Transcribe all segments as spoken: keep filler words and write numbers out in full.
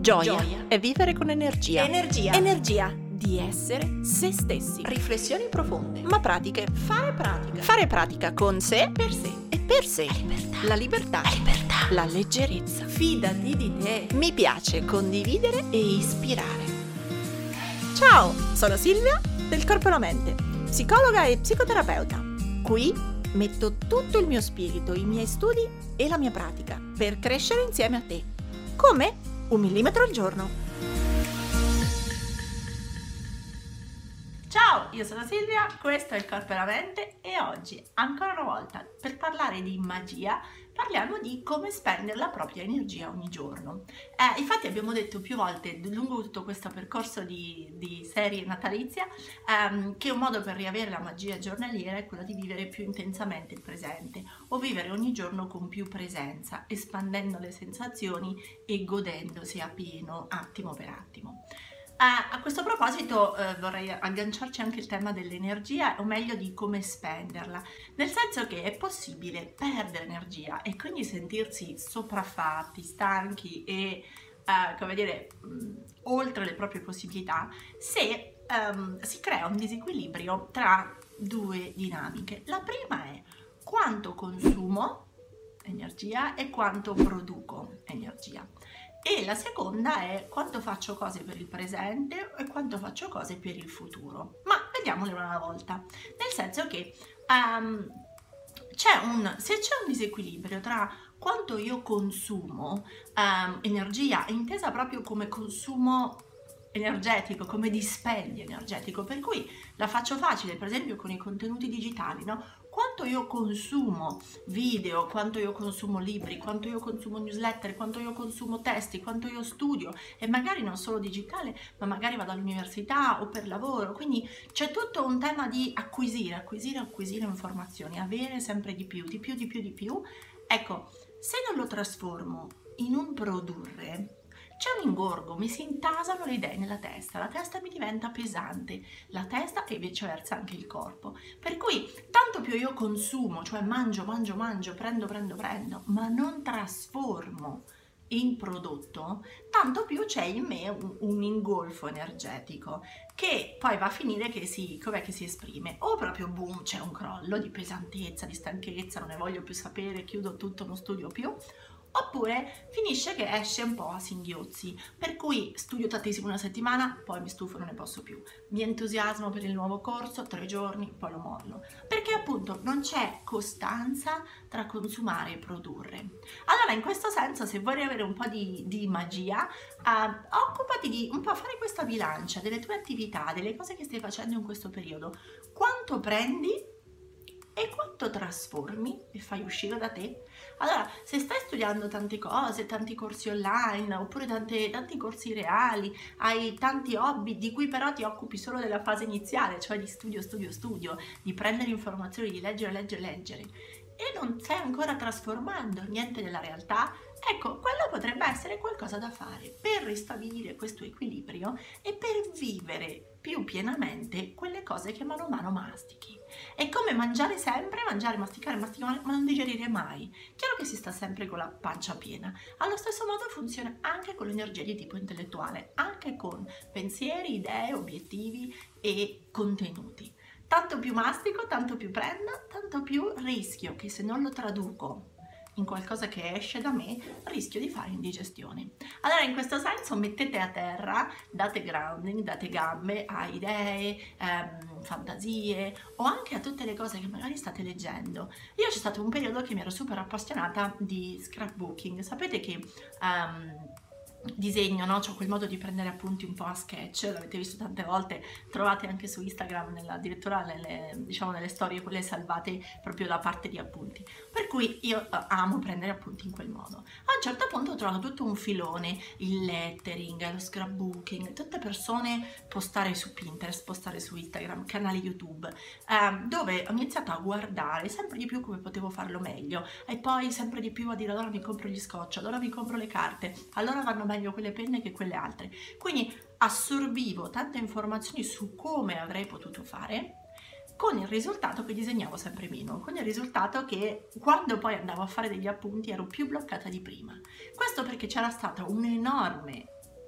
Gioia, Gioia è vivere con energia. Energia. Energia di essere se stessi. Riflessioni profonde. Ma pratiche. Fare pratica. Fare pratica con sé Per sé. e per sé. La libertà. La libertà. La libertà. La leggerezza. Fidati di te. Mi piace condividere e ispirare. Ciao, sono Silvia del Corpo e la Mente, psicologa e psicoterapeuta. Qui metto tutto il mio spirito, i miei studi e la mia pratica per crescere insieme a te. Come? Un millimetro al giorno. Ciao, io sono Silvia, questo è il Corpo e la Mente e oggi, ancora una volta, per parlare di magia, parliamo di come spendere la propria energia ogni giorno. Eh, infatti abbiamo detto più volte, lungo tutto questo percorso di, di serie natalizia, ehm, che un modo per riavere la magia giornaliera è quello di vivere più intensamente il presente, o vivere ogni giorno con più presenza, espandendo le sensazioni e godendosi a pieno, attimo per attimo. Uh, a questo proposito uh, vorrei agganciarci anche il tema dell'energia, o meglio di come spenderla, nel senso che è possibile perdere energia e quindi sentirsi sopraffatti, stanchi e uh, come dire mh, oltre le proprie possibilità se um, si crea un disequilibrio tra due dinamiche. La prima è quanto consumo energia e quanto produco energia. E la seconda è quanto faccio cose per il presente e quanto faccio cose per il futuro. Ma vediamole una alla volta, nel senso che um, c'è un, se c'è un disequilibrio tra quanto io consumo um, energia, intesa proprio come consumo energetico, come dispendio energetico, per cui la faccio facile, per esempio con i contenuti digitali, no? Quanto io consumo video, quanto io consumo libri, quanto io consumo newsletter, quanto io consumo testi, quanto io studio, e magari non solo digitale, ma magari vado all'università o per lavoro, quindi c'è tutto un tema di acquisire, acquisire, acquisire informazioni, avere sempre di più, di più, di più, di più. Ecco, se non lo trasformo in un produrre, c'è un ingorgo, mi si intasano le idee nella testa, la testa mi diventa pesante, la testa e viceversa anche il corpo. Per cui tanto più io consumo, cioè mangio, mangio, mangio, prendo, prendo, prendo, ma non trasformo in prodotto, tanto più c'è in me un, un ingolfo energetico che poi va a finire che si, com'è che si esprime? O proprio boom, c'è un crollo di pesantezza, di stanchezza, non ne voglio più sapere, chiudo tutto, non studio più. Oppure finisce che esce un po' a singhiozzi, per cui studio tantissimo una settimana, poi mi stufo, non ne posso più. Mi entusiasmo per il nuovo corso, tre giorni, poi lo mollo. Perché appunto non c'è costanza tra consumare e produrre. Allora in questo senso, se vuoi avere un po' di, di magia, uh, occupati di un po' fare questa bilancia delle tue attività, delle cose che stai facendo in questo periodo. Quanto prendi e quanto trasformi e fai uscire da te? Allora, se stai studiando tante cose, tanti corsi online, oppure tante, tanti corsi reali, hai tanti hobby di cui però ti occupi solo della fase iniziale, cioè di studio, studio, studio, di prendere informazioni, di leggere, leggere, leggere, e non stai ancora trasformando niente nella realtà, ecco, quello potrebbe essere qualcosa da fare per ristabilire questo equilibrio e per vivere più pienamente quelle cose che mano a mano mastichi. È come mangiare sempre, mangiare, masticare, masticare, ma non digerire mai. Chiaro che si sta sempre con la pancia piena. Allo stesso modo funziona anche con l'energia di tipo intellettuale, anche con pensieri, idee, obiettivi e contenuti. Tanto più mastico, tanto più prendo, tanto più rischio che se non lo traduco in qualcosa che esce da me, rischio di fare indigestione. Allora in questo senso mettete a terra, date grounding, date gambe a idee, ehm, fantasie o anche a tutte le cose che magari state leggendo. Io c'è stato un periodo che mi ero super appassionata di scrapbooking. Sapete che um, disegno, no? C'ho quel modo di prendere appunti un po' a sketch, l'avete visto tante volte, trovate anche su Instagram, nella, addirittura nelle, diciamo nelle storie quelle salvate proprio la parte di appunti, per cui io uh, amo prendere appunti in quel modo. A un certo punto ho trovato tutto un filone, il lettering, lo scrapbooking, tutte persone postare su Pinterest, postare su Instagram, canali YouTube, um, dove ho iniziato a guardare sempre di più come potevo farlo meglio e poi sempre di più a dire allora mi compro gli scotch, allora mi compro le carte, allora vanno meglio quelle penne che quelle altre. Quindi assorbivo tante informazioni su come avrei potuto fare, con il risultato che disegnavo sempre meno, con il risultato che quando poi andavo a fare degli appunti ero più bloccata di prima. Questo perché c'era stata un'enorme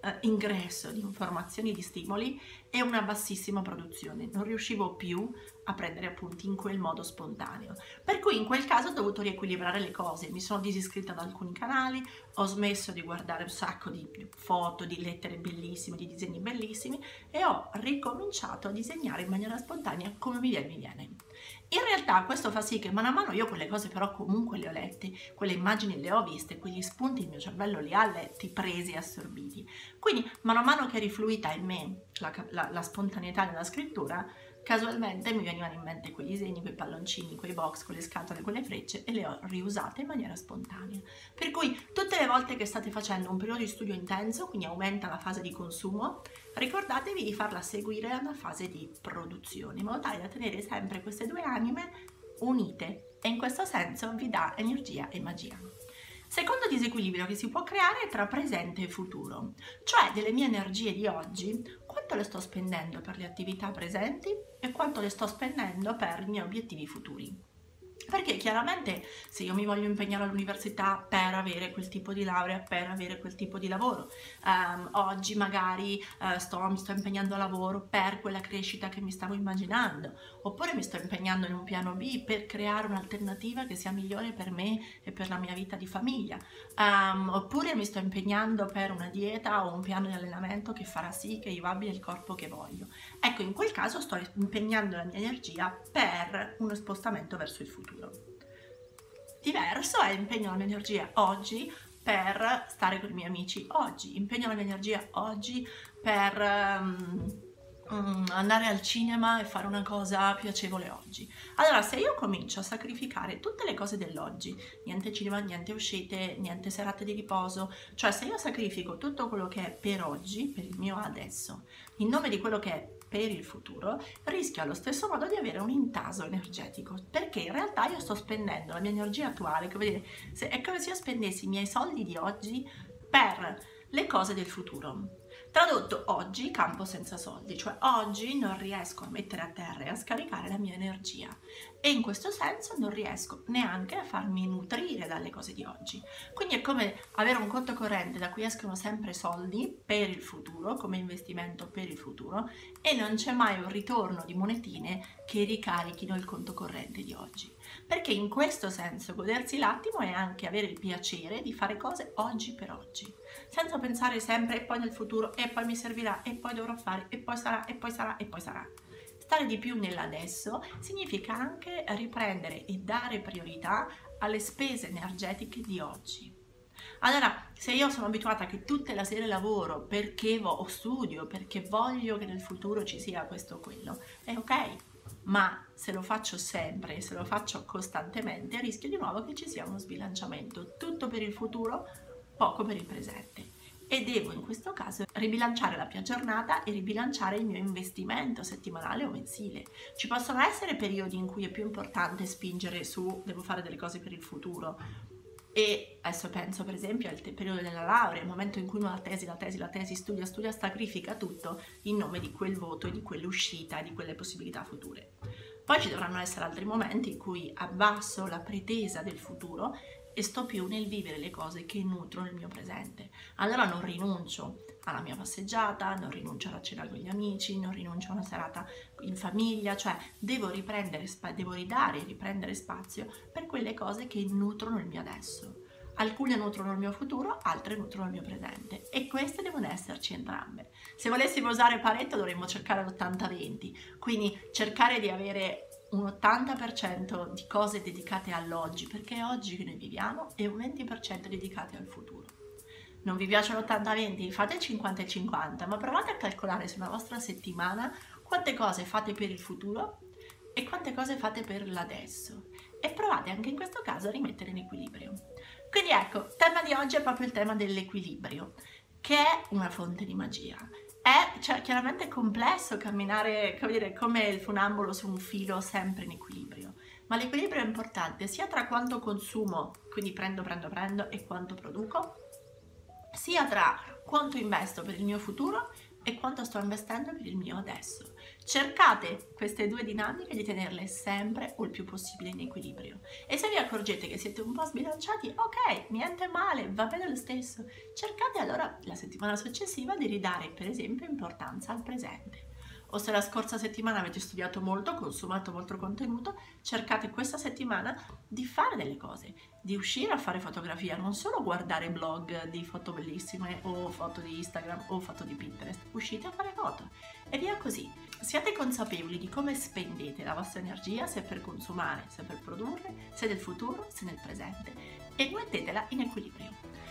eh, ingresso di informazioni, di stimoli e una bassissima produzione. Non riuscivo più a prendere appunti in quel modo spontaneo. Per cui in quel caso ho dovuto riequilibrare le cose, mi sono disiscritta da alcuni canali, ho smesso di guardare un sacco di foto, di lettere bellissime, di disegni bellissimi e ho ricominciato a disegnare in maniera spontanea come mi viene, mi viene. In realtà questo fa sì che mano a mano io quelle cose però comunque le ho lette, quelle immagini le ho viste, quegli spunti il mio cervello li ha letti, presi e assorbiti. Quindi mano a mano che è rifluita in me la, la, la spontaneità della scrittura, casualmente mi venivano in mente quei disegni, quei palloncini, quei box, quelle scatole, quelle frecce e le ho riusate in maniera spontanea. Per cui tutte le volte che state facendo un periodo di studio intenso, quindi aumenta la fase di consumo, ricordatevi di farla seguire a una fase di produzione, in modo tale da tenere sempre queste due anime unite e in questo senso vi dà energia e magia. Secondo disequilibrio che si può creare è tra presente e futuro, cioè delle mie energie di oggi, quanto le sto spendendo per le attività presenti e quanto le sto spendendo per i miei obiettivi futuri. Perché chiaramente se io mi voglio impegnare all'università per avere quel tipo di laurea, per avere quel tipo di lavoro, um, oggi magari uh, sto, mi sto impegnando a lavoro per quella crescita che mi stavo immaginando, oppure mi sto impegnando in un piano B per creare un'alternativa che sia migliore per me e per la mia vita di famiglia, um, oppure mi sto impegnando per una dieta o un piano di allenamento che farà sì che io abbia il corpo che voglio. Ecco, in quel caso sto impegnando la mia energia per uno spostamento verso il futuro. Diverso è impegno la mia energia oggi per stare con i miei amici oggi, impegno la mia energia oggi per um, um, andare al cinema e fare una cosa piacevole oggi. Allora, se io comincio a sacrificare tutte le cose dell'oggi, niente cinema, niente uscite, niente serate di riposo, cioè se io sacrifico tutto quello che è per oggi, per il mio adesso, in nome di quello che è per il futuro, rischio allo stesso modo di avere un intaso energetico, perché in realtà io sto spendendo la mia energia attuale, come dire, se, è come se io spendessi i miei soldi di oggi per le cose del futuro. Tradotto, oggi campo senza soldi, cioè oggi non riesco a mettere a terra e a scaricare la mia energia e in questo senso non riesco neanche a farmi nutrire dalle cose di oggi. Quindi è come avere un conto corrente da cui escono sempre soldi per il futuro, come investimento per il futuro, e non c'è mai un ritorno di monetine che ricarichino il conto corrente di oggi. Perché in questo senso godersi l'attimo è anche avere il piacere di fare cose oggi per oggi, senza pensare sempre e poi nel futuro e poi mi servirà e poi dovrò fare e poi sarà e poi sarà e poi sarà. Stare di più nell'adesso significa anche riprendere e dare priorità alle spese energetiche di oggi. Allora, se io sono abituata che tutte le sere lavoro perché vo- o studio, perché voglio che nel futuro ci sia questo o quello, è ok. Ma se lo faccio sempre, se lo faccio costantemente, rischio di nuovo che ci sia uno sbilanciamento, tutto per il futuro, poco per il presente. E devo in questo caso ribilanciare la mia giornata e ribilanciare il mio investimento settimanale o mensile. Ci possono essere periodi in cui è più importante spingere su devo fare delle cose per il futuro, e adesso penso per esempio al te- periodo della laurea, il momento in cui uno la tesi, la tesi, la tesi, studia, studia, sacrifica tutto in nome di quel voto e di quell'uscita e di quelle possibilità future. Poi ci dovranno essere altri momenti in cui abbasso la pretesa del futuro e sto più nel vivere le cose che nutrono il mio presente. Allora non rinuncio alla mia passeggiata, non rinuncio alla cena con gli amici, non rinuncio a una serata in famiglia, cioè devo riprendere, devo ridare e riprendere spazio per quelle cose che nutrono il mio adesso. Alcune nutrono il mio futuro, altre nutrono il mio presente e queste devono esserci entrambe. Se volessimo usare Pareto dovremmo cercare l'ottanta venti, quindi cercare di avere un ottanta per cento di cose dedicate all'oggi, perché è oggi che noi viviamo, e un venti per cento dedicate al futuro. Non vi piace l'ottanta venti? Fate il cinquanta e cinquanta, ma provate a calcolare sulla vostra settimana quante cose fate per il futuro e quante cose fate per l'adesso. E provate anche in questo caso a rimettere in equilibrio. Quindi ecco, il tema di oggi è proprio il tema dell'equilibrio, che è una fonte di magia. È cioè, chiaramente complesso camminare, come dire, come il funambolo su un filo sempre in equilibrio, ma l'equilibrio è importante sia tra quanto consumo, quindi prendo, prendo, prendo, e quanto produco, sia tra quanto investo per il mio futuro e quanto sto investendo per il mio adesso. Cercate queste due dinamiche di tenerle sempre o il più possibile in equilibrio. E se vi accorgete che siete un po' sbilanciati, ok, niente male, va bene lo stesso. Cercate allora la settimana successiva di ridare, per esempio, importanza al presente. O se la scorsa settimana avete studiato molto, consumato molto contenuto, cercate questa settimana di fare delle cose, di uscire a fare fotografia, non solo guardare blog di foto bellissime o foto di Instagram o foto di Pinterest, uscite a fare foto e via così. Siate consapevoli di come spendete la vostra energia, se per consumare, se per produrre, se nel futuro, se nel presente, e mettetela in equilibrio.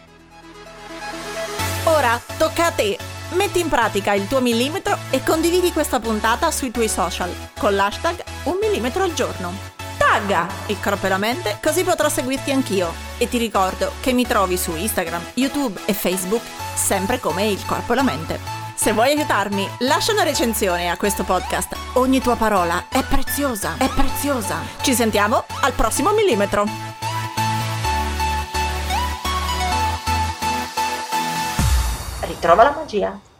Ora tocca a te! Metti in pratica il tuo millimetro e condividi questa puntata sui tuoi social con l'hashtag un millimetro al giorno. Tagga il corpo e la mente così potrò seguirti anch'io. E ti ricordo che mi trovi su Instagram, YouTube e Facebook sempre come il corpo e la mente. Se vuoi aiutarmi, lascia una recensione a questo podcast. Ogni tua parola è preziosa, è preziosa. Ci sentiamo al prossimo millimetro. Ritrova la magia.